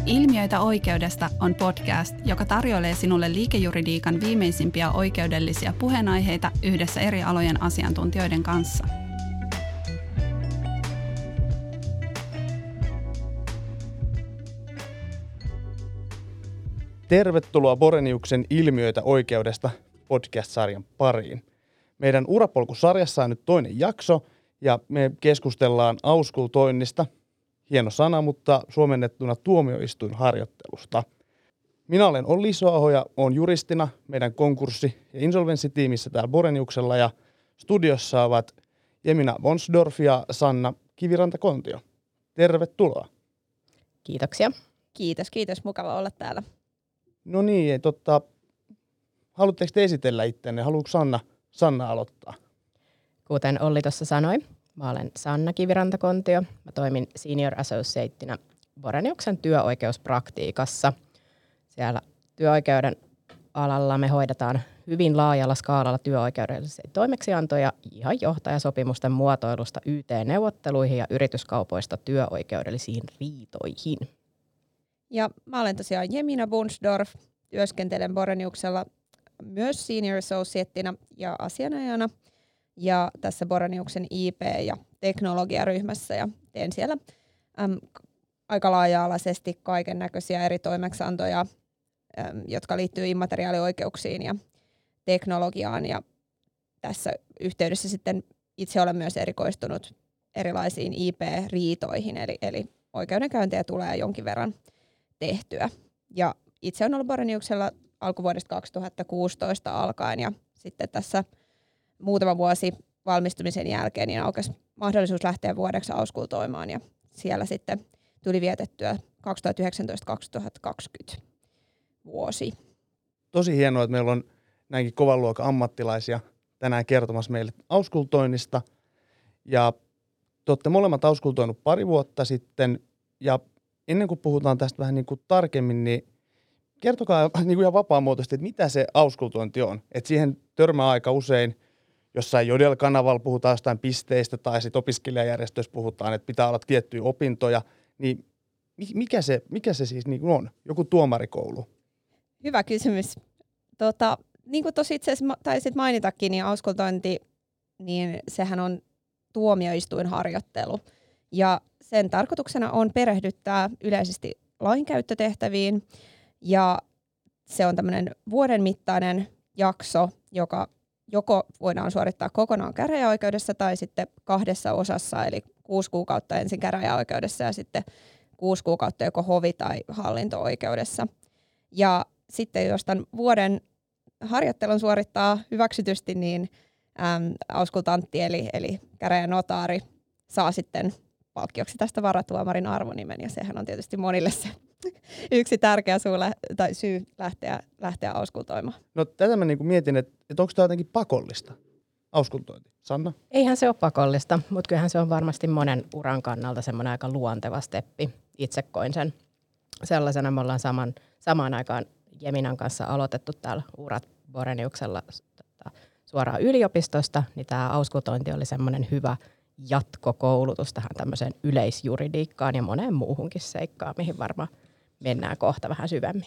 Ilmiöitä oikeudesta on podcast, joka tarjoilee sinulle liikejuridiikan viimeisimpiä oikeudellisia puheenaiheita yhdessä eri alojen asiantuntijoiden kanssa. Tervetuloa Boreniuksen Ilmiöitä oikeudesta podcast-sarjan pariin. Meidän Urapolku-sarjassa on nyt toinen jakso ja me keskustellaan auskultoinnista. Hieno sana, mutta suomennettuna tuomioistuinharjoittelusta. Minä olen Olli Isoaho ja olen juristina meidän konkurssi- ja insolvenssitiimissä täällä Boreniuksella ja studiossa ovat Jemina Wonsdorf ja Sanna Kiviranta-Kontio. Tervetuloa. Kiitoksia. Kiitos. Mukava olla täällä. No niin, haluatteko te esitellä ittenne? Haluatko Sanna aloittaa? Kuten Olli tuossa sanoi, mä olen Sanna Kiviranta-Kontio. Mä toimin Senior Associateina Boreniuksen työoikeuspraktiikassa. Siellä työoikeuden alalla me hoidetaan hyvin laajalla skaalalla työoikeudellisia toimeksiantoja ihan johtajasopimusten muotoilusta YT-neuvotteluihin ja yrityskaupoista työoikeudellisiin riitoihin. Ja mä olen tosiaan Jemina Wonsdorf, työskentelen Boreniuksella myös Senior Associateina ja asianajana ja tässä Boreniuksen IP- ja teknologiaryhmässä ja teen siellä aika laaja-alaisesti kaiken näköisiä eri toimeksiantoja, jotka liittyy immateriaalioikeuksiin ja teknologiaan ja tässä yhteydessä sitten itse olen myös erikoistunut erilaisiin IP-riitoihin eli oikeudenkäyntejä tulee jonkin verran tehtyä. Ja itse olen ollut Boreniuksella alkuvuodesta 2016 alkaen ja sitten tässä muutama vuosi valmistumisen jälkeen niin aukesi mahdollisuus lähteä vuodeksi auskultoimaan ja siellä sitten tuli vietettyä 2019-2020 vuosi. Tosi hienoa, että meillä on näinkin kovan luokan ammattilaisia tänään kertomassa meille auskultoinnista. Ja te olette molemmat auskultoinut pari vuotta sitten ja ennen kuin puhutaan tästä vähän niin kuin tarkemmin, niin kertokaa niin kuin ihan vapaamuotoisesti, että mitä se auskultointi on. Että siihen törmää aika usein, jossain Jodel-kanavalla puhutaan jostain pisteistä tai sitten opiskelijajärjestössä puhutaan, että pitää olla tiettyjä opintoja. Niin mikä se siis niin kuin on? Joku tuomarikoulu? Hyvä kysymys. Niin kuin tuossa itse asiassa taisit mainitakin, niin auskultointi, niin sehän on tuomioistuinharjoittelu. Ja sen tarkoituksena on perehdyttää yleisesti lainkäyttötehtäviin ja se on tämmöinen vuoden mittainen jakso, joka joko voidaan suorittaa kokonaan käräjäoikeudessa tai sitten kahdessa osassa, eli 6 kuukautta ensin käräjäoikeudessa ja sitten 6 kuukautta joko hovi- tai hallinto-oikeudessa. Ja sitten jos tämän vuoden harjoittelun suorittaa hyväksytysti, niin auskultantti eli käräjänotaari saa sitten palkkioksi tästä varatuomarin arvonimen, ja sehän on tietysti monille se yksi tärkeä syy lähteä auskultoimaan. No tätä mä niin mietin, että onko tämä jotenkin pakollista, auskultointi? Sanna? Eihän se ole pakollista, mutta kyllähän se on varmasti monen uran kannalta semmoinen aika luonteva steppi. Itse koin sen sellaisena. Me ollaan samaan aikaan Jeminan kanssa aloitettu täällä urat Boreniuksella suoraan yliopistosta, niin tämä auskultointi oli semmoinen hyvä jatkokoulutus tähän tämmöiseen yleisjuridiikkaan ja moneen muuhunkin seikkaan, mihin varmaan mennään kohta vähän syvemmin.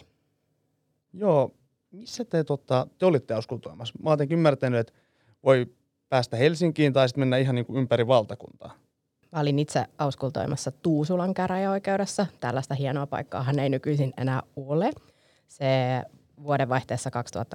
Joo, missä te olitte auskultoimassa? Mä oon ymmärtänyt, että voi päästä Helsinkiin tai sitten mennä ihan niin kuin ympäri valtakuntaa. Mä olin itse auskultoimassa Tuusulan käräjäoikeudessa. Tällaista hienoa paikkaahan ei nykyisin enää ole. Se vuodenvaihteessa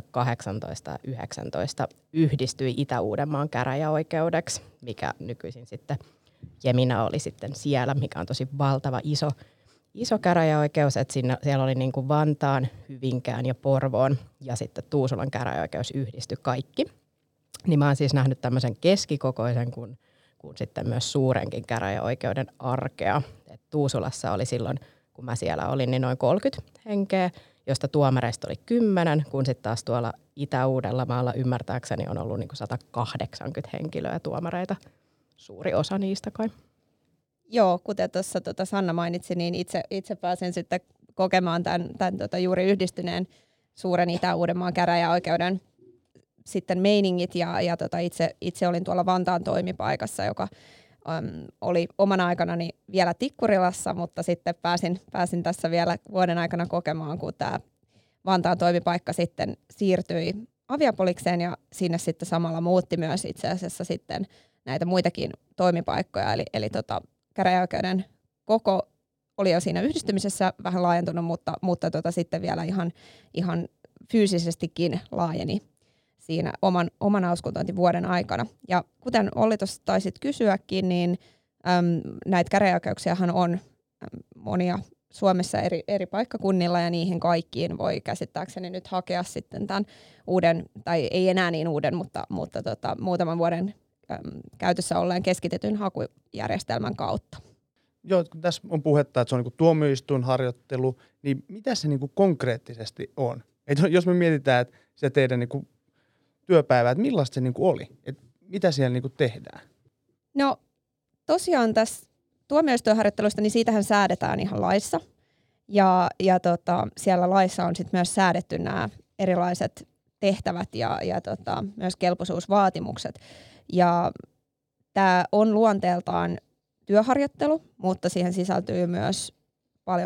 2018-2019 yhdistyi Itä-Uudenmaan käräjäoikeudeksi, mikä nykyisin sitten Jemina oli sitten siellä, mikä on tosi valtava iso käräjäoikeus, että siellä oli niin kuin Vantaan, Hyvinkään ja Porvoon ja sitten Tuusulan käräjäoikeus yhdistyi kaikki. Niin mä oon siis nähnyt tämmöisen keskikokoisen kuin sitten myös suurenkin käräjäoikeuden arkea. Et Tuusulassa oli silloin, kun mä siellä olin, niin noin 30 henkeä, josta tuomareista oli 10, kun sitten taas tuolla Itä-Uudellamaalla ymmärtääkseni on ollut niin kuin 180 henkilöä tuomareita, suuri osa niistä kai. Joo, kuten tuossa Sanna mainitsi, niin itse pääsin sitten kokemaan tämän juuri yhdistyneen suuren Itä-Uudenmaan käräjäoikeuden sitten meiningit ja itse olin tuolla Vantaan toimipaikassa, joka oli omana aikanani vielä Tikkurilassa, mutta sitten pääsin tässä vielä vuoden aikana kokemaan, kun tämä Vantaan toimipaikka sitten siirtyi Aviapolikseen ja sinne sitten samalla muutti myös itse asiassa sitten näitä muitakin toimipaikkoja. Eli käräjäoikeuden koko oli jo siinä yhdistymisessä vähän laajentunut, mutta sitten vielä ihan fyysisestikin laajeni siinä oman auskultointivuoden aikana. Ja kuten Olli tuossa taisit kysyäkin, niin näitä käräjäoikeuksiahan on monia Suomessa eri paikkakunnilla ja niihin kaikkiin voi käsittääkseni nyt hakea sitten tämän uuden, tai ei enää niin uuden, mutta muutaman vuoden käytössä olleen keskitetyn hakujärjestelmän kautta. Joo, kun tässä on puhetta, että se on niin kuin tuomioistuinharjoittelu, niin mitä se niin kuin konkreettisesti on? Et jos me mietitään, että se teidän niin kuin työpäivä, että millaista se niin kuin oli? Et mitä siellä niin kuin tehdään? No tosiaan tässä tuomioistuinharjoittelusta, niin siitähän säädetään ihan laissa. Ja siellä laissa on sitten myös säädetty nämä erilaiset tehtävät ja myös kelpoisuusvaatimukset. Ja tämä on luonteeltaan työharjoittelu, mutta siihen sisältyy myös paljon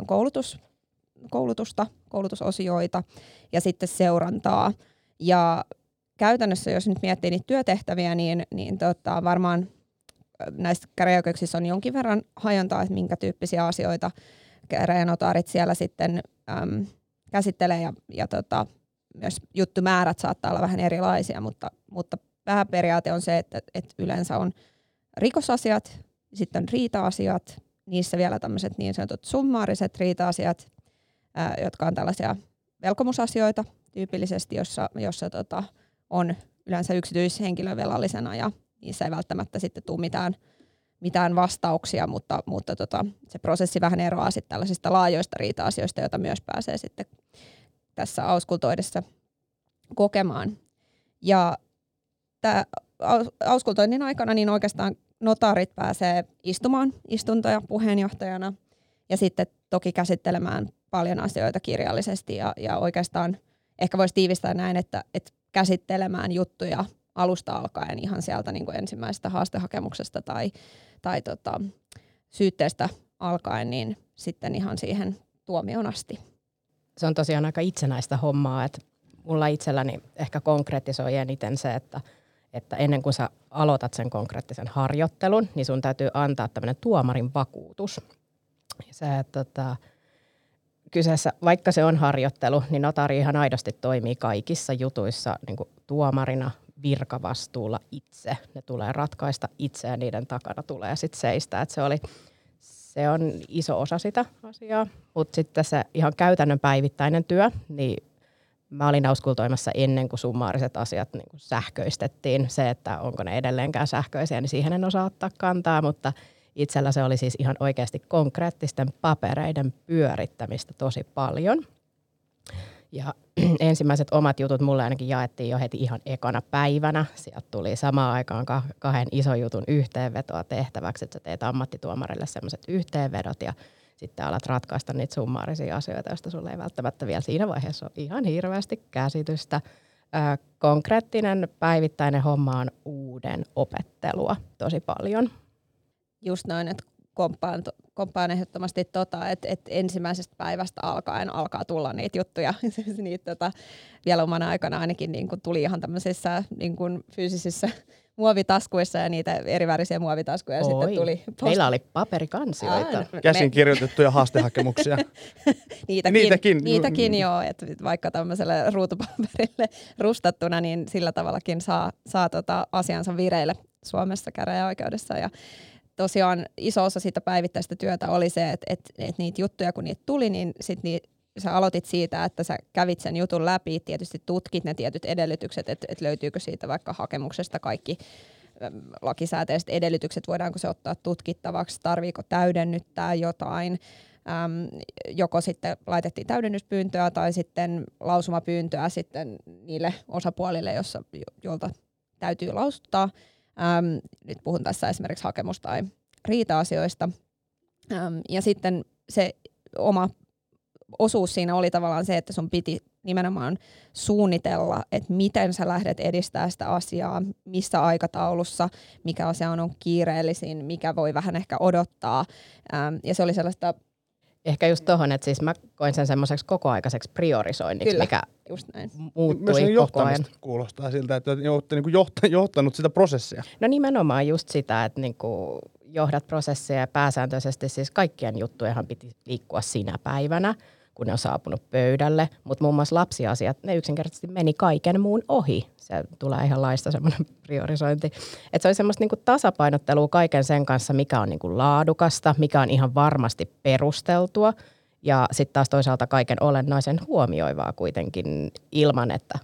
koulutusosioita ja sitten seurantaa. Ja käytännössä, jos nyt miettii niitä työtehtäviä, niin varmaan näissä käräjäoikeuksissa on jonkin verran hajontaa, että minkä tyyppisiä asioita käräjänotaarit siellä sitten käsittelee ja myös juttumäärät saattaa olla vähän erilaisia, mutta pääperiaate on se, että yleensä on rikosasiat, sitten on riita-asiat, niissä vielä tämmöiset niin sanotut summaariset riita-asiat, jotka on tällaisia velkomusasioita tyypillisesti, jossa on yleensä yksityishenkilö velallisena ja niissä ei välttämättä sitten tule mitään vastauksia, mutta se prosessi vähän eroaa sitten tällaisista laajoista riita-asioista, joita myös pääsee sitten tässä auskultoidessa kokemaan. Ja auskultoinnin aikana niin oikeastaan notaarit pääsee istumaan istuntoja puheenjohtajana ja sitten toki käsittelemään paljon asioita kirjallisesti ja oikeastaan ehkä voisi tiivistää näin, että käsittelemään juttuja alusta alkaen ihan sieltä niin kuin ensimmäisestä haastehakemuksesta tai syytteestä alkaen niin sitten ihan siihen tuomioon asti. Se on tosiaan aika itsenäistä hommaa, että mulla itselläni ehkä konkreettisoi eniten se, että ennen kuin sä aloitat sen konkreettisen harjoittelun, niin sun täytyy antaa tämmöinen tuomarin vakuutus. Se, että kyseessä, vaikka se on harjoittelu, niin notaari ihan aidosti toimii kaikissa jutuissa niin kuin tuomarina virkavastuulla itse. Ne tulee ratkaista itse ja niiden takana tulee sitten seistä. Että se on iso osa sitä asiaa, mutta sitten se ihan käytännön päivittäinen työ, niin mä olin auskultoimassa ennen kuin summaariset asiat niin kuin sähköistettiin. Se, että onko ne edelleenkään sähköisiä, niin siihen en osaa ottaa kantaa, mutta itsellä se oli siis ihan oikeasti konkreettisten papereiden pyörittämistä tosi paljon. Ja ensimmäiset omat jutut mulle ainakin jaettiin jo heti ihan ekana päivänä. Sieltä tuli samaan aikaan kahden ison jutun yhteenvetoa tehtäväksi, että sä teet ammattituomarille sellaiset yhteenvedot ja sitten alat ratkaista niitä summaarisia asioita, joista sulle ei välttämättä vielä siinä vaiheessa ole ihan hirveästi käsitystä. Konkreettinen päivittäinen homma on uuden opettelua tosi paljon. Just noin, että komppaan ehdottomasti että ensimmäisestä päivästä alkaen alkaa tulla niitä juttuja. niitä, vielä omana aikana ainakin niin kun tuli ihan tämmöisissä niin kun fyysisissä muovitaskuissa ja niitä erivärisiä muovitaskuja. Sitten tuli meillä oli paperikansioita. Käsin kirjoitettuja haastehakemuksia. Niitäkin joo, että vaikka tämmöiselle ruutupaperille rustattuna, niin sillä tavallakin saa asiansa vireille Suomessa käräjäoikeudessa. Ja tosiaan iso osa siitä päivittäistä työtä oli se, että niitä juttuja kun niitä tuli, niin sitten sä aloitit siitä, että sä kävit sen jutun läpi, tietysti tutkit ne tietyt edellytykset, että löytyykö siitä vaikka hakemuksesta kaikki lakisääteiset edellytykset, voidaanko se ottaa tutkittavaksi, tarviiko täydennyttää jotain, joko sitten laitettiin täydennyspyyntöä tai sitten lausumapyyntöä sitten niille osapuolille, jolta täytyy lausuttaa. Nyt puhun tässä esimerkiksi hakemus- tai riita-asioista. Ja sitten se oma osuus siinä oli tavallaan se, että sun piti nimenomaan suunnitella, että miten sä lähdet edistää sitä asiaa, missä aikataulussa, mikä asia on kiireellisin, mikä voi vähän ehkä odottaa. Ja se oli sellaista... Ehkä just tohon, että siis mä koin sen semmoiseksi kokoaikaiseksi priorisoinniksi, Kyllä, mikä just näin. muuttui myös koko ajan. Kuulostaa siltä, että olette niin johtanut sitä prosessia. No nimenomaan just sitä, että niin kuin johdat prosessia ja pääsääntöisesti siis kaikkien juttujenhan piti liikkua sinä päivänä, kun ne on saapunut pöydälle. Mutta muun muassa lapsiasiat, ne yksinkertaisesti meni kaiken muun ohi. Se tulee ihan laista semmoinen priorisointi. Että se oli semmoista niin kuin tasapainottelua kaiken sen kanssa, mikä on niin kuin laadukasta, mikä on ihan varmasti perusteltua. Ja sitten taas toisaalta kaiken olennaisen huomioivaa kuitenkin ilman, että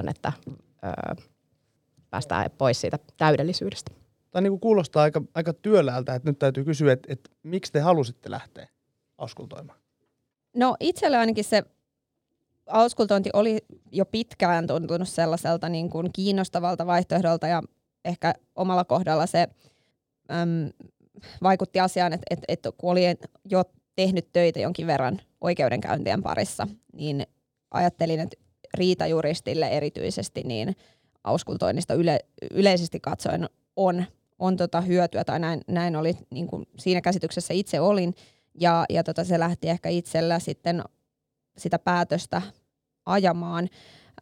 päästään pois siitä täydellisyydestä. Tämä niin kuin kuulostaa aika työläältä, että nyt täytyy kysyä, että miksi te halusitte lähteä auskultoimaan? No itselle ainakin se auskultointi oli jo pitkään tuntunut sellaiselta niin kuin kiinnostavalta vaihtoehdolta ja ehkä omalla kohdalla se vaikutti asiaan, että kun oli jo tehnyt töitä jonkin verran oikeudenkäyntien parissa, niin ajattelin, että riitajuristille erityisesti niin auskultoinnista yleisesti katsoen on hyötyä, tai näin oli, niin kuin siinä käsityksessä itse olin, ja se lähti ehkä itsellä sitten sitä päätöstä ajamaan.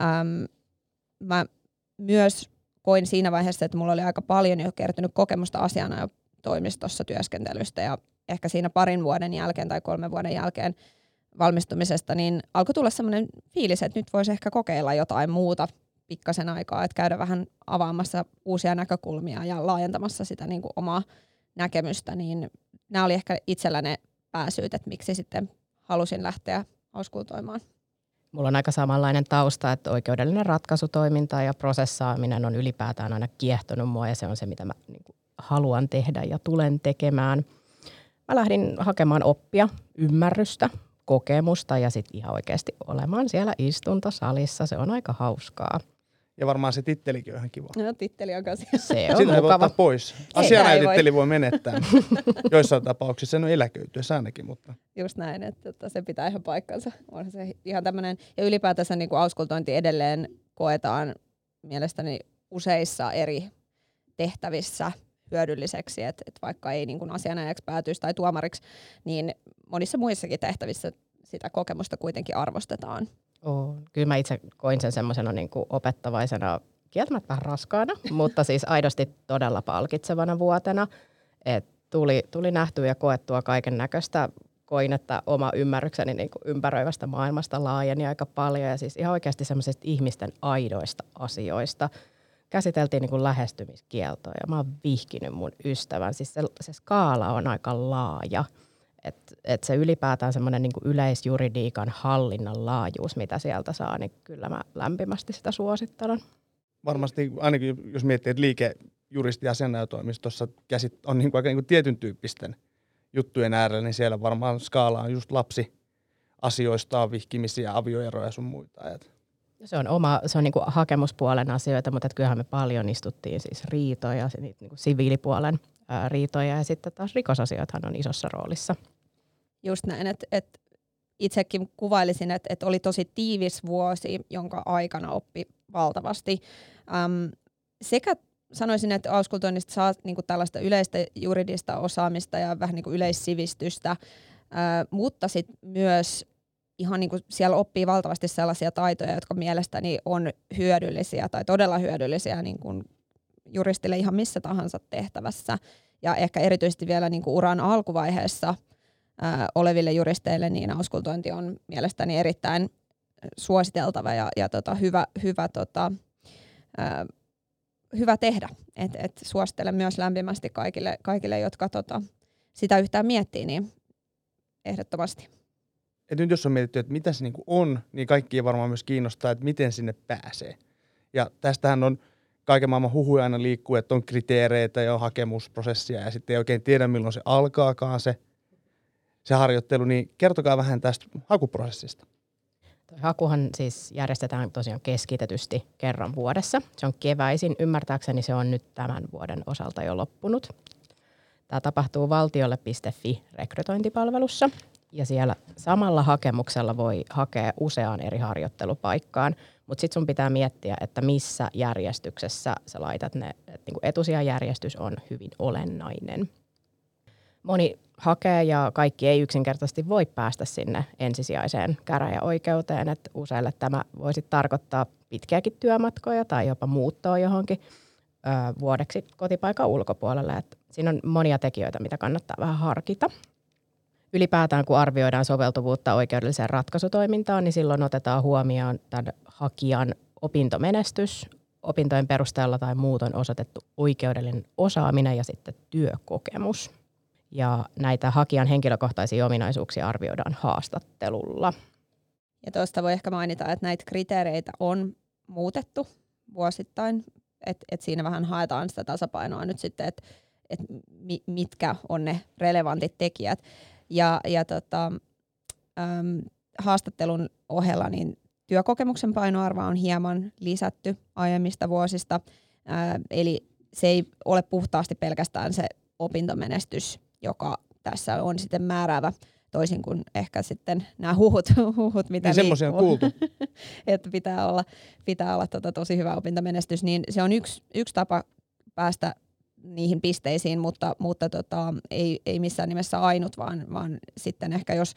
Mä myös koin siinä vaiheessa, että mulla oli aika paljon jo kertynyt kokemusta asianajotoimistossa työskentelystä, ja ehkä siinä 2 vuoden jälkeen tai 3 vuoden jälkeen valmistumisesta, niin alkoi tulla semmoinen fiilis, että nyt voisi ehkä kokeilla jotain muuta pikkasen aikaa, että käydä vähän avaamassa uusia näkökulmia ja laajentamassa sitä niin kuin omaa näkemystä, niin nämä oli ehkä itsellä ne pääsyyt, että miksi sitten halusin lähteä auskultoimaan. Mulla on aika samanlainen tausta, että oikeudellinen ratkaisutoiminta ja prosessaaminen on ylipäätään aina kiehtonut mua ja se on se, mitä mä niin kuin haluan tehdä ja tulen tekemään. Mä lähdin hakemaan oppia, ymmärrystä, kokemusta ja sitten ihan oikeasti olemaan siellä istuntosalissa. Se on aika hauskaa. Ja varmaan se tittelikin on ihan kiva. No, titteli on kanssa. Se on sitä voi ottaa pois. Asianajotitteli voi menettää. Joissain tapauksissa sen on eläköityessä ainakin. Mutta. Just näin, että se pitää ihan paikkansa. On se ihan tämmöinen, ja ylipäätänsä niin kuin auskultointi edelleen koetaan mielestäni useissa eri tehtävissä hyödylliseksi, että vaikka ei niin kuin asianajajaksi päätyisi tai tuomariksi, niin monissa muissakin tehtävissä sitä kokemusta kuitenkin arvostetaan. Kyllä mä itse koin sen semmoisena niin kuin opettavaisena, kieltämättä vähän raskaana, mutta siis aidosti todella palkitsevana vuotena. Et tuli nähtyä ja koettua kaiken näköistä. Koin, että oma ymmärrykseni niin kuin ympäröivästä maailmasta laajeni aika paljon ja siis ihan oikeasti semmoisista ihmisten aidoista asioista. Käsiteltiin niin kuin lähestymiskieltoa ja mä oon vihkinyt mun ystävän. Siis se skaala on aika laaja. Et se ylipäätään semmoinen niin kuin yleisjuridiikan hallinnan laajuus, mitä sieltä saa, niin kyllä mä lämpimästi sitä suosittelen. Varmasti ainakin jos miettii, että liikejuristi- ja asianajotoimistossa on niin kuin aika niin kuin tietyn tyyppisten juttujen äärellä, niin siellä varmaan skaala on just lapsiasioista, vihkimisiä, avioeroja ja sun muita. Se on niin kuin hakemuspuolen asioita, mutta kyllähän me paljon istuttiin siis riitoja, niin kuin siviilipuolen riitoja ja sitten taas rikosasioithan on isossa roolissa. Just näin, että itsekin kuvailisin, että oli tosi tiivis vuosi, jonka aikana oppi valtavasti. Sekä sanoisin, että auskultoinnista saa niinku tällaista yleistä juridista osaamista ja vähän niinku yleissivistystä, mutta sit myös ihan niinku siellä oppii valtavasti sellaisia taitoja, jotka mielestäni on hyödyllisiä tai todella hyödyllisiä niinku juristille ihan missä tahansa tehtävässä. Ja ehkä erityisesti vielä niinku uran alkuvaiheessa oleville juristeille niin auskultointi on mielestäni erittäin suositeltava ja hyvä tehdä. Et suosittelen myös lämpimästi kaikille jotka sitä yhtään miettii, niin ehdottomasti. Et nyt jos on mietitty, että mitä se niinku on, niin kaikkia varmaan myös kiinnostaa, että miten sinne pääsee. Ja tästähän on kaiken maailman huhuja aina liikkuu, että on kriteereitä ja on hakemusprosessia ja sitten ei oikein tiedä, milloin se alkaakaan se harjoittelu. Niin kertokaa vähän tästä hakuprosessista. Hakuhan siis järjestetään tosiaan keskitetysti kerran vuodessa. Se on keväisin. Ymmärtääkseni se on nyt tämän vuoden osalta jo loppunut. Tämä tapahtuu valtiolle.fi rekrytointipalvelussa. Ja siellä samalla hakemuksella voi hakea useaan eri harjoittelupaikkaan, mutta sitten sun pitää miettiä, että missä järjestyksessä sä laitat ne. Niin etusijajärjestys on hyvin olennainen. Moni hakee ja kaikki ei yksinkertaisesti voi päästä sinne ensisijaiseen käräjäoikeuteen. Että useille tämä voisi tarkoittaa pitkiäkin työmatkoja tai jopa muuttoa johonkin vuodeksi kotipaikan ulkopuolelle. Et siinä on monia tekijöitä, mitä kannattaa vähän harkita. Ylipäätään kun arvioidaan soveltuvuutta oikeudelliseen ratkaisutoimintaan, niin silloin otetaan huomioon tämän hakijan opintomenestys, opintojen perusteella tai muutoin osoitettu oikeudellinen osaaminen ja sitten työkokemus. Ja näitä hakijan henkilökohtaisia ominaisuuksia arvioidaan haastattelulla. Ja tuosta voi ehkä mainita, että näitä kriteereitä on muutettu vuosittain, että siinä vähän haetaan sitä tasapainoa nyt sitten, että mitkä on ne relevantit tekijät. Ja haastattelun ohella niin työkokemuksen painoarvoa on hieman lisätty aiemmista vuosista, eli se ei ole puhtaasti pelkästään se opintomenestys, joka tässä on sitten määräävä, toisin kuin ehkä sitten nämä huhut mitä niin semmoisia on kuultu. että pitää olla tosi hyvä opintomenestys, niin se on yksi tapa päästä niihin pisteisiin, mutta ei missään nimessä ainut, vaan sitten ehkä jos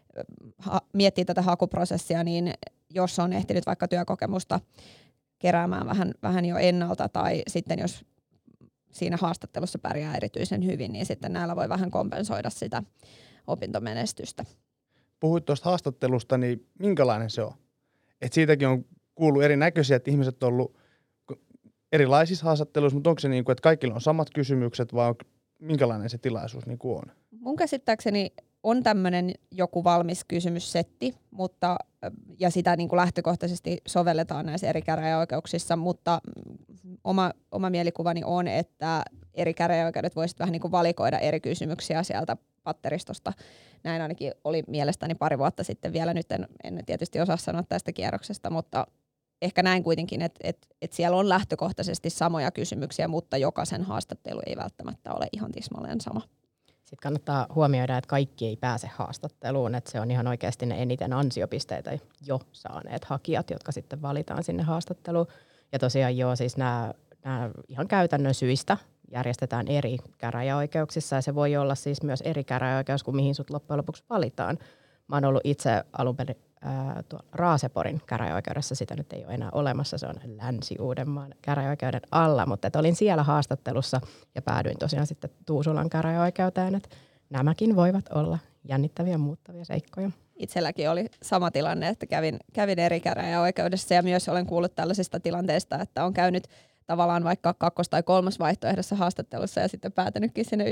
miettii tätä hakuprosessia, niin jos on ehtinyt vaikka työkokemusta keräämään vähän jo ennalta tai sitten jos siinä haastattelussa pärjää erityisen hyvin, niin sitten näillä voi vähän kompensoida sitä opintomenestystä. Puhuit tuosta haastattelusta, niin minkälainen se on? Et siitäkin on kuullut erinäköisiä, että ihmiset on ollut erilaisissa haastatteluissa, mutta onko se niin kuin, että kaikilla on samat kysymykset vai minkälainen se tilaisuus niin kuin on? Mun käsittääkseni on tämmöinen joku valmis kysymyssetti, ja sitä niin kuin lähtökohtaisesti sovelletaan näissä eri käräjäoikeuksissa, mutta oma mielikuvani on, että eri käräjäoikeudet voisivat vähän niin kuin valikoida eri kysymyksiä sieltä patteristosta. Näin ainakin oli mielestäni pari vuotta sitten vielä. Nyt en tietysti osaa sanoa tästä kierroksesta, mutta ehkä näin kuitenkin, että siellä on lähtökohtaisesti samoja kysymyksiä, mutta jokaisen haastattelu ei välttämättä ole ihan tismalleen sama. Sitten kannattaa huomioida, että kaikki ei pääse haastatteluun, että se on ihan oikeasti ne eniten ansiopisteitä jo saaneet hakijat, jotka sitten valitaan sinne haastatteluun. Ja tosiaan siis nämä ihan käytännön syistä järjestetään eri käräjäoikeuksissa, ja se voi olla siis myös eri käräjäoikeus kuin mihin sut loppujen lopuksi valitaan. Mä oon ollut itse alun perin tuolla Raaseporin käräjäoikeudessa, sitä nyt ei ole enää olemassa, se on Länsi-Uudenmaan käräjäoikeuden alla, mutta olin siellä haastattelussa ja päädyin tosiaan sitten Tuusulan käräjäoikeuteen, että nämäkin voivat olla jännittäviä muuttavia seikkoja. Itselläkin oli sama tilanne, että kävin eri käräjäoikeudessa ja myös olen kuullut tällaisista tilanteista, että on käynyt tavallaan vaikka 2. tai 3. vaihtoehdossa haastattelussa ja sitten päätynytkin sinne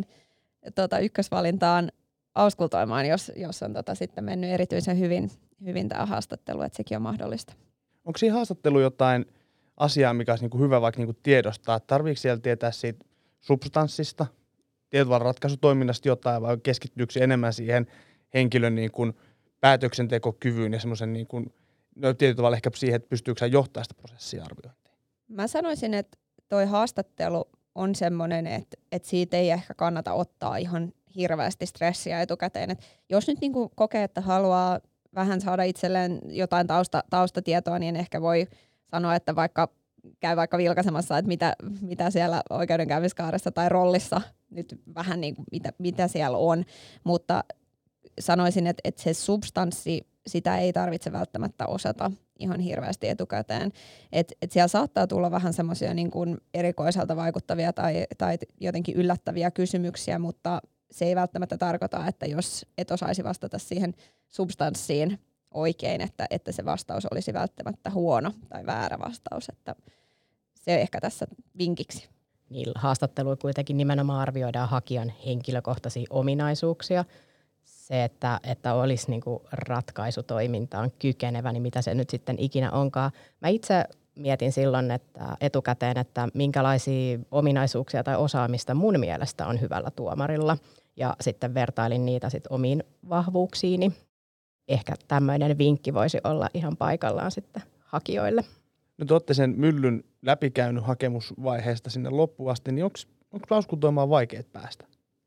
ykkösvalintaan auskultoimaan, jos on sitten mennyt erityisen hyvin tämä haastattelu, että sekin on mahdollista. Onko siinä haastattelu jotain asiaa, mikä olisi hyvä vaikka tiedostaa? Tarviiko siellä tietää siitä substanssista, tietovallan ratkaisutoiminnasta jotain, vai keskittyykö se enemmän siihen henkilön päätöksentekokyvyyn ja semmoisen tietyllä tavalla ehkä siihen, että pystyykö hän johtamaan sitä prosessia arviointiin? Mä sanoisin, että toi haastattelu on semmoinen, että siitä ei ehkä kannata ottaa ihan hirveästi stressiä etukäteen. Et jos nyt kokee, että haluaa vähän saada itselleen jotain taustatietoa, niin ehkä voi sanoa, että käy vaikka vilkaisemassa, että mitä siellä oikeudenkäymiskaaressa tai rollissa nyt vähän mitä siellä on. Mutta sanoisin, että se substanssi, sitä ei tarvitse välttämättä osata ihan hirveästi etukäteen. Et siellä saattaa tulla vähän semmoisia erikoiselta vaikuttavia tai jotenkin yllättäviä kysymyksiä, mutta se ei välttämättä tarkoita, että jos et osaisi vastata siihen substanssiin oikein, että se vastaus olisi välttämättä huono tai väärä vastaus. Että se ehkä tässä vinkiksi. Niillä haastatteluilla kuitenkin nimenomaan arvioidaan hakijan henkilökohtaisia ominaisuuksia. Se, että olisi ratkaisutoimintaan kykenevä, niin mitä se nyt sitten ikinä onkaan. Mä itse mietin silloin etukäteen, että minkälaisia ominaisuuksia tai osaamista mun mielestä on hyvällä tuomarilla. Ja sitten vertailin niitä sitten omiin vahvuuksiini. Ehkä tämmöinen vinkki voisi olla ihan paikallaan sitten hakijoille. Nyt olette sen myllyn läpikäynyt hakemusvaiheesta sinne loppuun asti, niin onko auskultoimaan vaikeat päästä?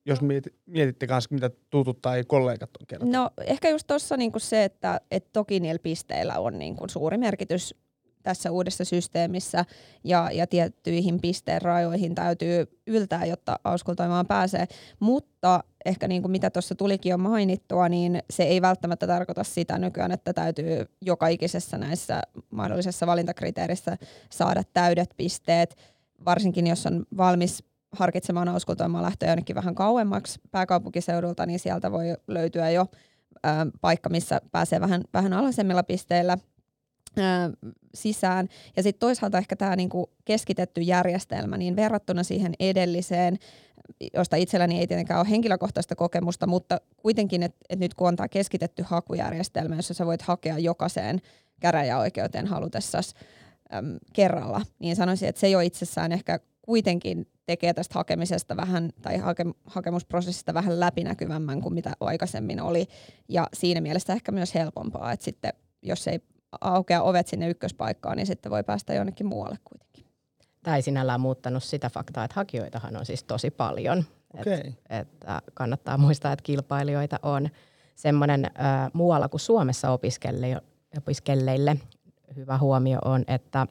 jos mietitte kanssa, mitä tutut tai kollegat on kertonut? No ehkä just tuossa niinku se, että toki niillä pisteillä on niinku suuri merkitys tässä uudessa systeemissä ja tiettyihin pisteen rajoihin täytyy yltää, jotta auskultoimaan pääsee. Mutta ehkä niin kuin mitä tuossa tulikin jo mainittua, niin se ei välttämättä tarkoita sitä nykyään, että täytyy joka ikisessä näissä mahdollisessa valintakriteerissä saada täydet pisteet, varsinkin jos on valmis harkitsemaan auskultoimaan lähtöä jonnekin vähän kauemmaksi pääkaupunkiseudulta, niin sieltä voi löytyä jo paikka, missä pääsee vähän alhaisemmilla pisteillä sisään. Ja sitten toisaalta ehkä tämä niinku keskitetty järjestelmä, niin verrattuna siihen edelliseen, josta itselläni ei tietenkään ole henkilökohtaista kokemusta, mutta kuitenkin, että nyt kun on tämä keskitetty hakujärjestelmä, jossa sä voit hakea jokaiseen käräjäoikeuteen halutessasi kerralla, niin sanoisin, että se jo itsessään ehkä kuitenkin tekee tästä hakemisesta vähän, tai hakemusprosessista vähän läpinäkyvämmän kuin mitä aikaisemmin oli. Ja siinä mielessä ehkä myös helpompaa, että sitten jos ei aukea ovet sinne ykköspaikkaan, niin sitten voi päästä jonnekin muualle kuitenkin. Tämä ei sinällään muuttanut sitä faktaa, että hakijoitahan on siis tosi paljon. Okay. Että kannattaa muistaa, että kilpailijoita on semmoinen muualla kuin Suomessa opiskelleille hyvä huomio on, että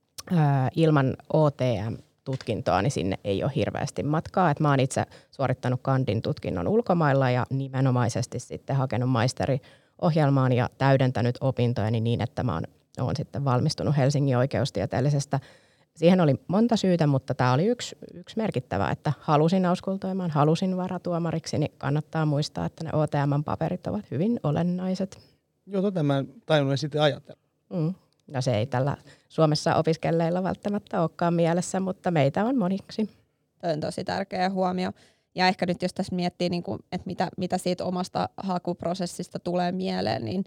ilman OTM-tutkintoa niin sinne ei ole hirveästi matkaa. Et mä oon itse suorittanut kandin tutkinnon ulkomailla ja nimenomaisesti sitten hakenut maisteriohjelmaan ja täydentänyt opintojani niin, että mä oon sitten valmistunut Helsingin oikeustieteellisestä. Siihen oli monta syytä, mutta tämä oli yksi merkittävä, että halusin auskultoimaan, halusin varatuomariksi, niin kannattaa muistaa, että ne OTM-paperit ovat hyvin olennaiset. Joo, mä en tajunnut sitten ajatella. No se ei tällä Suomessa opiskelleilla välttämättä olekaan mielessä, mutta meitä on moniksi. Tämä on tosi tärkeä huomio. Ja ehkä nyt jos tässä miettii, että mitä siitä omasta hakuprosessista tulee mieleen, niin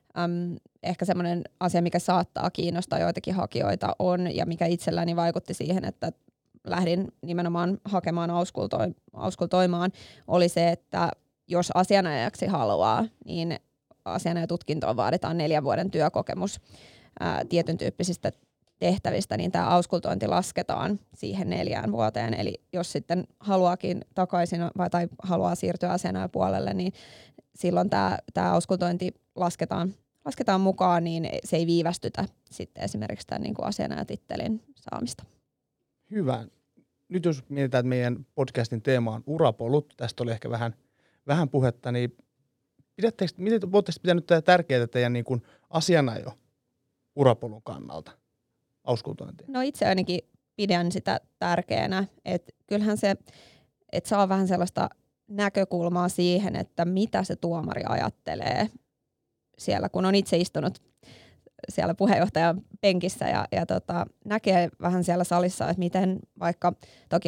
ehkä semmoinen asia, mikä saattaa kiinnostaa joitakin hakijoita on, ja mikä itselläni vaikutti siihen, että lähdin nimenomaan hakemaan auskultoimaan, oli se, että jos asianajajaksi haluaa, niin asianajatutkintoon vaaditaan 4 vuoden työkokemus tietyn tyyppisistä tehtävistä, niin tämä auskultointi lasketaan siihen 4 vuoteen. Eli jos sitten haluaakin takaisin tai haluaa siirtyä asianajapuolelle, niin silloin tämä auskultointi lasketaan mukaan, niin se ei viivästytä sitten esimerkiksi tämän niin kuin asianajatittelin saamista. Hyvä. Nyt jos mietitään, että meidän podcastin teema on urapolut, tästä oli ehkä vähän puhetta, niin miten oletteko pitänyt tätä tärkeää teidän niin kuin asianajo urapolun kannalta auskultointia? No itse ainakin pidän sitä tärkeänä, että kyllähän se, että saa vähän sellaista näkökulmaa siihen, että mitä se tuomari ajattelee siellä, kun on itse istunut siellä puheenjohtajan penkissä ja näkee vähän siellä salissa, että miten vaikka toki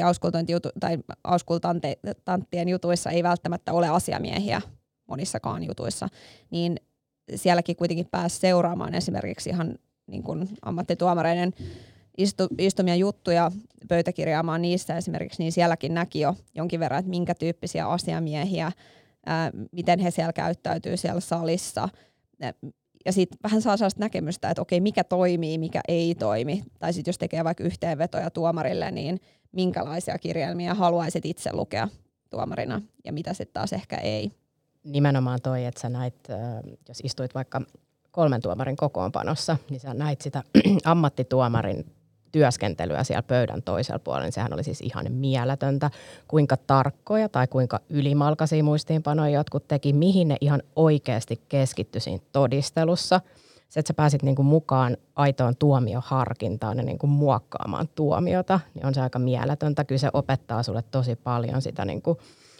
auskultanttien jutuissa ei välttämättä ole asiamiehiä monissakaan jutuissa, niin sielläkin kuitenkin pääsi seuraamaan esimerkiksi ihan niin kuin ammattituomareiden istumia juttuja, pöytäkirjaamaan niissä esimerkiksi, niin sielläkin näki jo jonkin verran, että minkä tyyppisiä asiamiehiä, miten he siellä käyttäytyy siellä salissa. Ja sitten vähän saa sellaista näkemystä, että okei, mikä toimii, mikä ei toimi. Tai sitten jos tekee vaikka yhteenvetoja tuomarille, niin minkälaisia kirjelmiä haluaisit itse lukea tuomarina ja mitä sitten taas ehkä ei. Nimenomaan toi, että sä näit, jos istuit vaikka 3 tuomarin kokoonpanossa, niin sä näit sitä ammattituomarin työskentelyä siellä pöydän toisella puolella, niin sehän oli siis ihan mieletöntä, kuinka tarkkoja tai kuinka ylimalkaisia muistiinpanoja jotkut teki, mihin ne ihan oikeasti keskittyi siinä todistelussa. Se, että sä pääsit niinku mukaan aitoon tuomioharkintaan ja niinku muokkaamaan tuomiota, niin on se aika mieletöntä. Kyllä se opettaa sulle tosi paljon sitä niinku,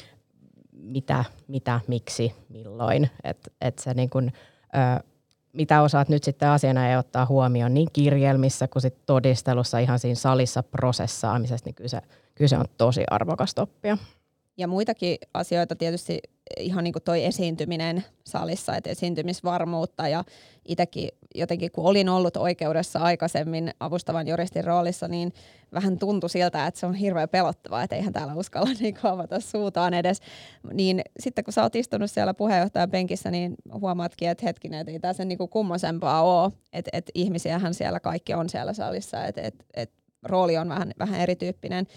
mitä, miksi, milloin. Että se niinku, mitä osaat nyt sitten asiana ja ottaa huomioon niin kirjelmissä kuin sit todistelussa ihan siinä salissa prosessaamisessa, niin kyllä se on tosi arvokasta oppia. Ja muitakin asioita tietysti ihan niin kuin toi esiintyminen salissa, että esiintymisvarmuutta ja itsekin jotenkin kun olin ollut oikeudessa aikaisemmin avustavan juristin roolissa, niin vähän tuntui siltä, että se on hirveän pelottavaa, että eihän täällä uskalla niin avata suutaan edes. Niin sitten kun sä oot istunut siellä puheenjohtajan penkissä, niin huomaatkin, että hetkinen, että ei tämä sen niin kuin kummosempaa ole, että ihmisiähän siellä kaikki on siellä salissa, että rooli on vähän erityyppinen.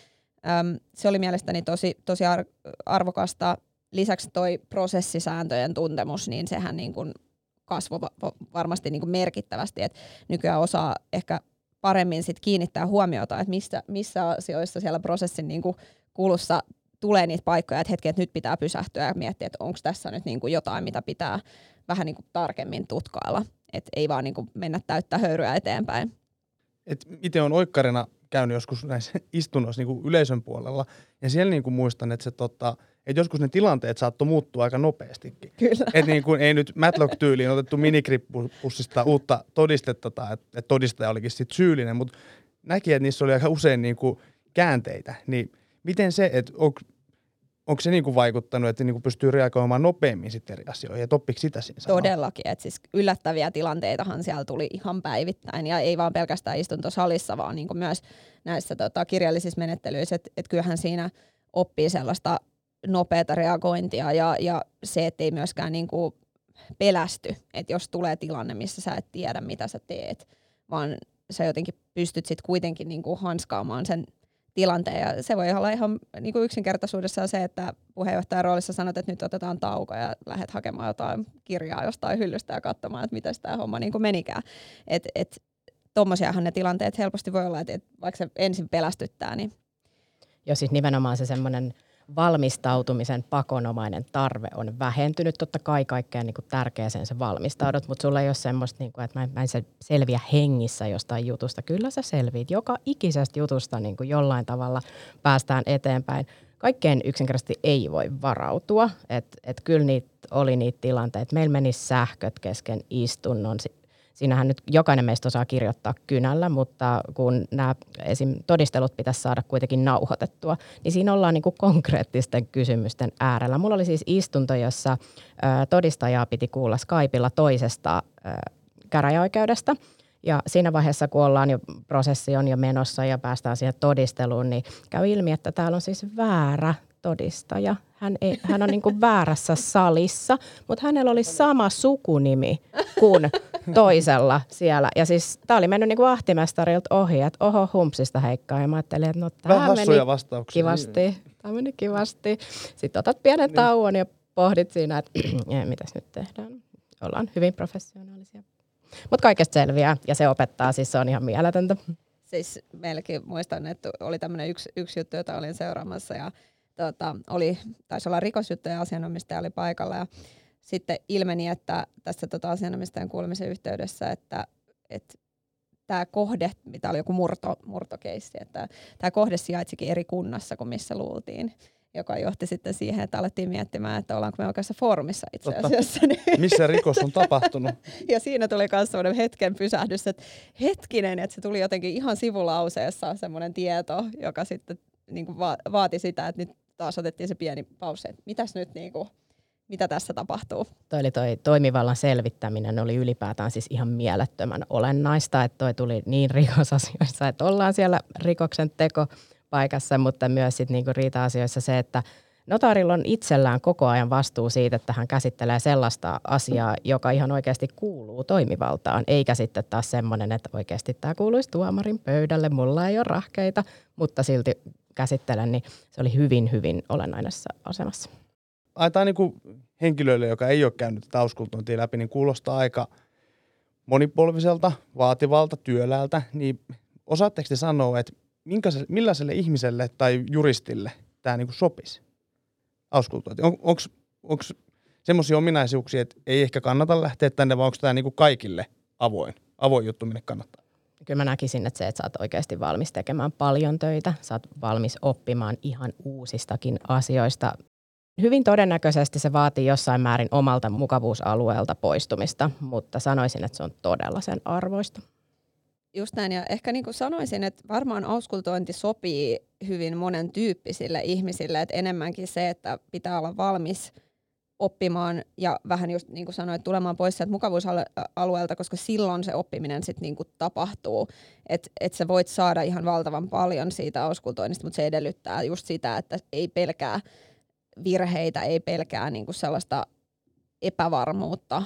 Se oli mielestäni tosi arvokasta. Lisäksi toi prosessisääntöjen tuntemus, niin sehän niin kuin kasvoi varmasti niin kuin merkittävästi, että nykyään osaa ehkä paremmin sit kiinnittää huomiota, että missä asioissa siellä prosessin niin kuin kulussa tulee niitä paikkoja, että hetki, että nyt pitää pysähtyä ja miettiä, että onko tässä nyt niin kuin jotain, mitä pitää vähän niin kuin tarkemmin tutkailla, että ei vaan niin kuin mennä täyttää höyryä eteenpäin. Itse olen oikkarina käynyt joskus näissä istunnoissa niin kuin yleisön puolella, ja siellä niin kuin muistan, että että joskus ne tilanteet saattoi muuttua aika nopeastikin. Kyllä. Että niin kuin ei nyt Matlock-tyyliin otettu minikrippussista uutta todistetta tai että todistaja olikin sitten syyllinen, mutta näki, että niissä oli aika usein niin kuin käänteitä. Niin miten se, että onko se niin kuin vaikuttanut, että niin kuin pystyy reagoimaan nopeammin sitten eri asioihin, että oppiko sitä siinä samalla? Todellakin, että siis yllättäviä tilanteitahan siellä tuli ihan päivittäin, ja ei vaan pelkästään istuntosalissa, vaan niin kuin myös näissä kirjallisissa menettelyissä, että kyllähän siinä oppii sellaista nopeata reagointia ja se, että ei myöskään niin kuin pelästy, että jos tulee tilanne, missä sä et tiedä, mitä sä teet, vaan sä jotenkin pystyt sitten kuitenkin niin kuin hanskaamaan sen tilanteen. Ja se voi olla ihan niin kuin yksinkertaisuudessaan se, että puheenjohtajan roolissa sanot, että nyt otetaan tauko ja lähdet hakemaan jotain kirjaa jostain hyllystä ja katsomaan, että miten tämä homma niin kuin menikään. Tommosiahan ne tilanteet helposti voi olla, että vaikka se ensin pelästyttää, niin... Jo siis nimenomaan se semmoinen valmistautumisen pakonomainen tarve on vähentynyt. Totta kai kaikkeen niin kuin tärkeäseen se valmistaudut, mutta sulla ei ole semmoista, niin kuin, että mä en selviä hengissä jostain jutusta. Kyllä sä selviit. Joka ikisestä jutusta niin kuin jollain tavalla päästään eteenpäin. Kaikkeen yksinkertaisesti ei voi varautua. Et kyllä oli niitä tilanteita. Meillä meni sähköt kesken istunnon. Siinähän nyt jokainen meistä osaa kirjoittaa kynällä, mutta kun nämä esim. Todistelut pitäisi saada kuitenkin nauhoitettua, niin siinä ollaan niin kuin konkreettisten kysymysten äärellä. Mulla oli siis istunto, jossa todistajaa piti kuulla Skypella toisesta käräjäoikeudesta. Ja siinä vaiheessa, kun prosessi on jo menossa ja päästään siihen todisteluun, niin käy ilmi, että täällä on siis väärä todistaja. Hän on niin kuin väärässä salissa, mutta hänellä oli sama sukunimi kuin toisella siellä. Ja siis tää oli mennyt niin kuin vahtimestarilta ohi, että oho humpsista Heikkaa. Ja mä ajattelin, että no tämä meni kivasti. Sitten otat pienen tauon ja pohdit siinä, että mitäs nyt tehdään. Ollaan hyvin professionaalisia. Mutta kaikesta selviää ja se opettaa, siis se on ihan mieletöntä. Siis meilläkin muistan, että oli tämmöinen yksi juttu, jota olin seuraamassa ja taisi olla rikosjuttu ja asianomistaja oli paikalla ja sitten ilmeni, että tässä asianomistajan kuulemisen yhteydessä, että tämä kohde, mitä oli joku murtokeissi, että tämä kohde sijaitsikin eri kunnassa kuin missä luultiin, joka johti sitten siihen, että alettiin miettimään, että ollaanko me oikeassa foorumissa itse asiassa. Missä rikos on tapahtunut? Ja siinä tuli myös semmoinen hetken pysähdys, että hetkinen, että se tuli jotenkin ihan sivulauseessa semmoinen tieto, joka sitten niin kuin vaati sitä, että nyt taas otettiin se pieni paussi, että mitäs nyt mitä tässä tapahtuu? Toi toimivallan selvittäminen oli ylipäätään siis ihan mielettömän olennaista, että toi tuli niin rikosasioissa, että ollaan siellä rikoksen tekopaikassa, mutta myös sit niinku riita-asioissa se, että notaarilla on itsellään koko ajan vastuu siitä, että hän käsittelee sellaista asiaa, joka ihan oikeasti kuuluu toimivaltaan, eikä sitten taas semmoinen, että oikeasti tämä kuuluisi tuomarin pöydälle, mulla ei ole rahkeita, mutta silti käsittelen, niin se oli hyvin, hyvin olennaisessa asemassa. Tämä niin henkilöille, joka ei ole käynyt tätä auskultointia läpi, niin kuulostaa aika monipolviselta, vaativalta, työläältä. Niin osaatteko te sanoa, että millaiselle ihmiselle tai juristille tämä niin sopisi auskultointi? Onko semmoisia ominaisuuksia, että ei ehkä kannata lähteä tänne, vai onko tämä niin kaikille avoin juttu, minne kannattaa? Kyllä mä näkisin, että sä oot oikeasti valmis tekemään paljon töitä, sä oot valmis oppimaan ihan uusistakin asioista. Hyvin todennäköisesti se vaatii jossain määrin omalta mukavuusalueelta poistumista, mutta sanoisin, että se on todella sen arvoista. Just näin, ja ehkä niin kuin sanoisin, että varmaan auskultointi sopii hyvin monen tyyppisille ihmisille, että enemmänkin se, että pitää olla valmis oppimaan ja vähän just niin kuin sanoit, tulemaan pois sieltä mukavuusalueelta, koska silloin se oppiminen sitten niin kuin tapahtuu. Että sä voit saada ihan valtavan paljon siitä auskultoinnista, mutta se edellyttää just sitä, että ei pelkää virheitä, ei pelkää niinku sellaista epävarmuutta.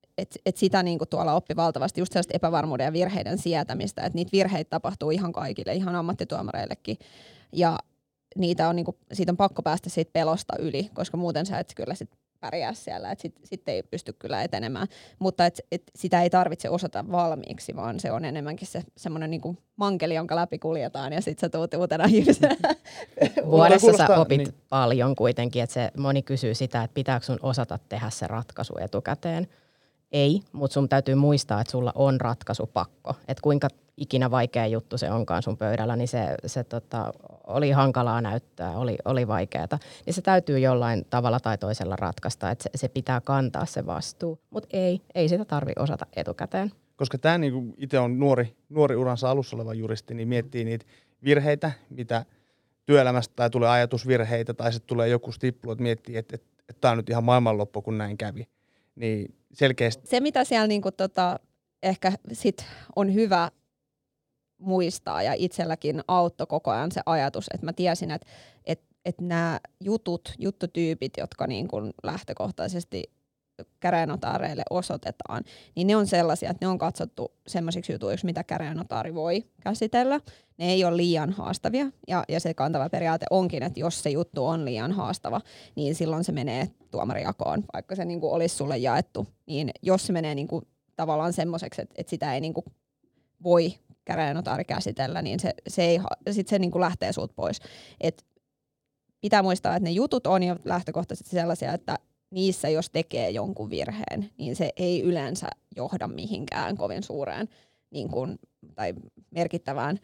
Et sitä niinku tuolla oppi valtavasti, just sellaista epävarmuuden ja virheiden sietämistä, että niitä virheitä tapahtuu ihan kaikille, ihan ammattituomareillekin. Ja niitä on niinku, siitä on pakko päästä siitä pelosta yli, koska muuten sä et kyllä sit pärjää siellä, että sit ei pysty kyllä etenemään. Mutta et sitä ei tarvitse osata valmiiksi, vaan se on enemmänkin semmoinen niinku mankeli, jonka läpi kuljetaan ja sit sä tuut uutena ihmisenä. Vuodessa sä opit paljon kuitenkin, että moni kysyy sitä, että pitääkö sun osata tehdä se ratkaisu etukäteen. Ei, mutta sun täytyy muistaa, että sulla on ratkaisupakko. Että kuinka ikinä vaikea juttu se onkaan sun pöydällä, niin se oli hankalaa näyttää, oli vaikeata. Niin se täytyy jollain tavalla tai toisella ratkaista, että se pitää kantaa se vastuu. Mutta ei sitä tarvitse osata etukäteen. Koska tämä niin itse on nuori uransa alussa oleva juristi, niin miettii niitä virheitä, mitä työelämästä tai tulee ajatusvirheitä tai sitten tulee joku stiplu, että miettii, että tämä on nyt ihan maailmanloppu, kun näin kävi. Niin selkeästi. Se, mitä siellä niinku ehkä sit on hyvä muistaa ja itselläkin auttoi koko ajan se ajatus, että mä tiesin, että nämä juttutyypit, jotka niin kuin lähtökohtaisesti käräjänotaareille osoitetaan, niin ne on sellaisia, että ne on katsottu semmoisiksi jutuiksi, mitä käräjänotaari voi käsitellä. Ne ei ole liian haastavia ja se kantava periaate onkin, että jos se juttu on liian haastava, niin silloin se menee tuomarijakoon, vaikka se niin kuin olisi sulle jaettu. Niin jos se menee niin kuin tavallaan semmoiseksi, että sitä ei niin kuin voi käräjänotaari käsitellä, niin se niin kuin lähtee sulta pois. Et pitää muistaa, että ne jutut on jo lähtökohtaisesti sellaisia, että niissä jos tekee jonkun virheen, niin se ei yleensä johda mihinkään kovin suureen niin kuin, tai merkittävään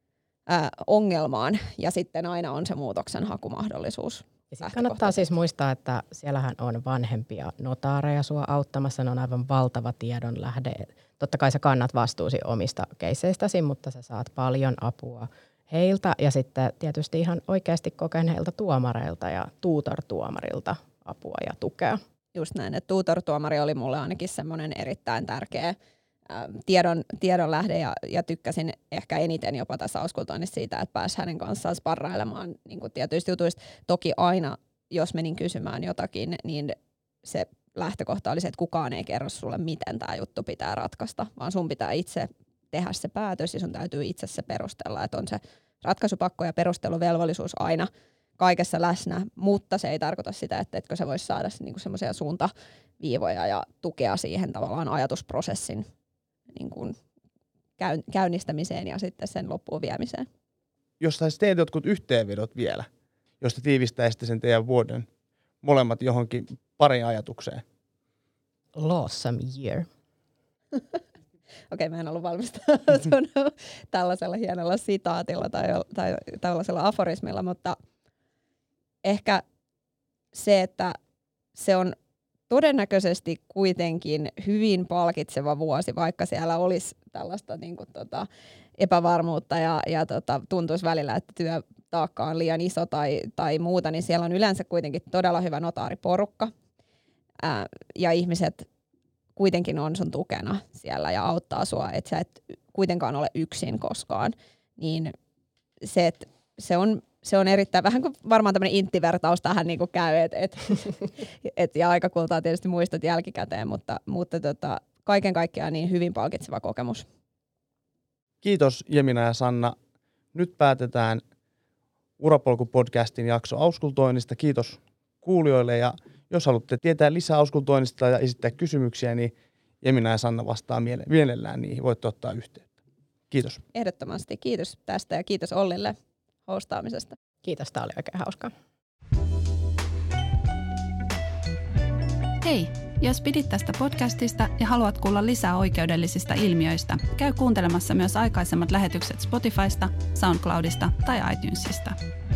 ongelmaan. Ja sitten aina on se muutoksen hakumahdollisuus. Kannattaa siis muistaa, että siellähän on vanhempia notaareja sua auttamassa. Ne on aivan valtava tiedon lähde. Totta kai sä kannat vastuusi omista keisseistäsi, mutta sä saat paljon apua heiltä ja sitten tietysti ihan oikeasti kokeneilta tuomareilta ja tutor-tuomarilta apua ja tukea. Just näin, että tutor-tuomari oli mulle ainakin semmoinen erittäin tärkeä tiedon lähde ja tykkäsin ehkä eniten jopa tässä auskultoinnissa siitä, että pääsi hänen kanssaan sparrailemaan niin kuin tietyistä jutuista. Toki aina, jos menin kysymään jotakin, niin se lähtökohta oli se, että kukaan ei kerro sulle, miten tämä juttu pitää ratkaista, vaan sun pitää itse tehdä se päätös ja sun täytyy itse se perustella, että on se ratkaisupakko ja perusteluvelvollisuus aina kaikessa läsnä, mutta se ei tarkoita sitä, että etkö se voisi saada niinku semmoisia suuntaviivoja ja tukea siihen tavallaan ajatusprosessin niin kuin käynnistämiseen ja sitten sen loppuun viemiseen. Jos sä teet jotkut yhteenvedot vielä, jos te tiivistäisitte sen teidän vuoden molemmat johonkin pariin ajatukseen. Awesome year. Okei, mä en ollut valmistautunut tällaisella hienolla sitaatilla tai tällaisella aforismilla, mutta ehkä se, että se on todennäköisesti kuitenkin hyvin palkitseva vuosi, vaikka siellä olisi tällaista niin kuin, epävarmuutta ja tuntuisi välillä, että työtaakka on liian iso tai muuta, niin siellä on yleensä kuitenkin todella hyvä notaariporukka ja ihmiset kuitenkin on sun tukena siellä ja auttaa sua, että sä et kuitenkaan ole yksin koskaan, niin se, että se on erittäin vähän kuin varmaan tämmöinen inttivertaus tähän niin kuin käy, ja aikakultaa tietysti muistat jälkikäteen, mutta kaiken kaikkiaan niin hyvin palkitseva kokemus. Kiitos Jemina ja Sanna. Nyt päätetään Urapolku-podcastin jakso auskultoinnista. Kiitos kuulijoille ja jos haluatte tietää lisää auskultoinnista ja esittää kysymyksiä, niin Jemina ja Sanna vastaa mielellään niihin. Voitte ottaa yhteyttä. Kiitos. Ehdottomasti. Kiitos tästä ja kiitos Ollille hostaamisesta. Kiitos, tämä oli oikein hauskaa. Hei, jos pidit tästä podcastista ja haluat kuulla lisää oikeudellisista ilmiöistä, käy kuuntelemassa myös aikaisemmat lähetykset Spotifysta, SoundCloudista tai iTunesista.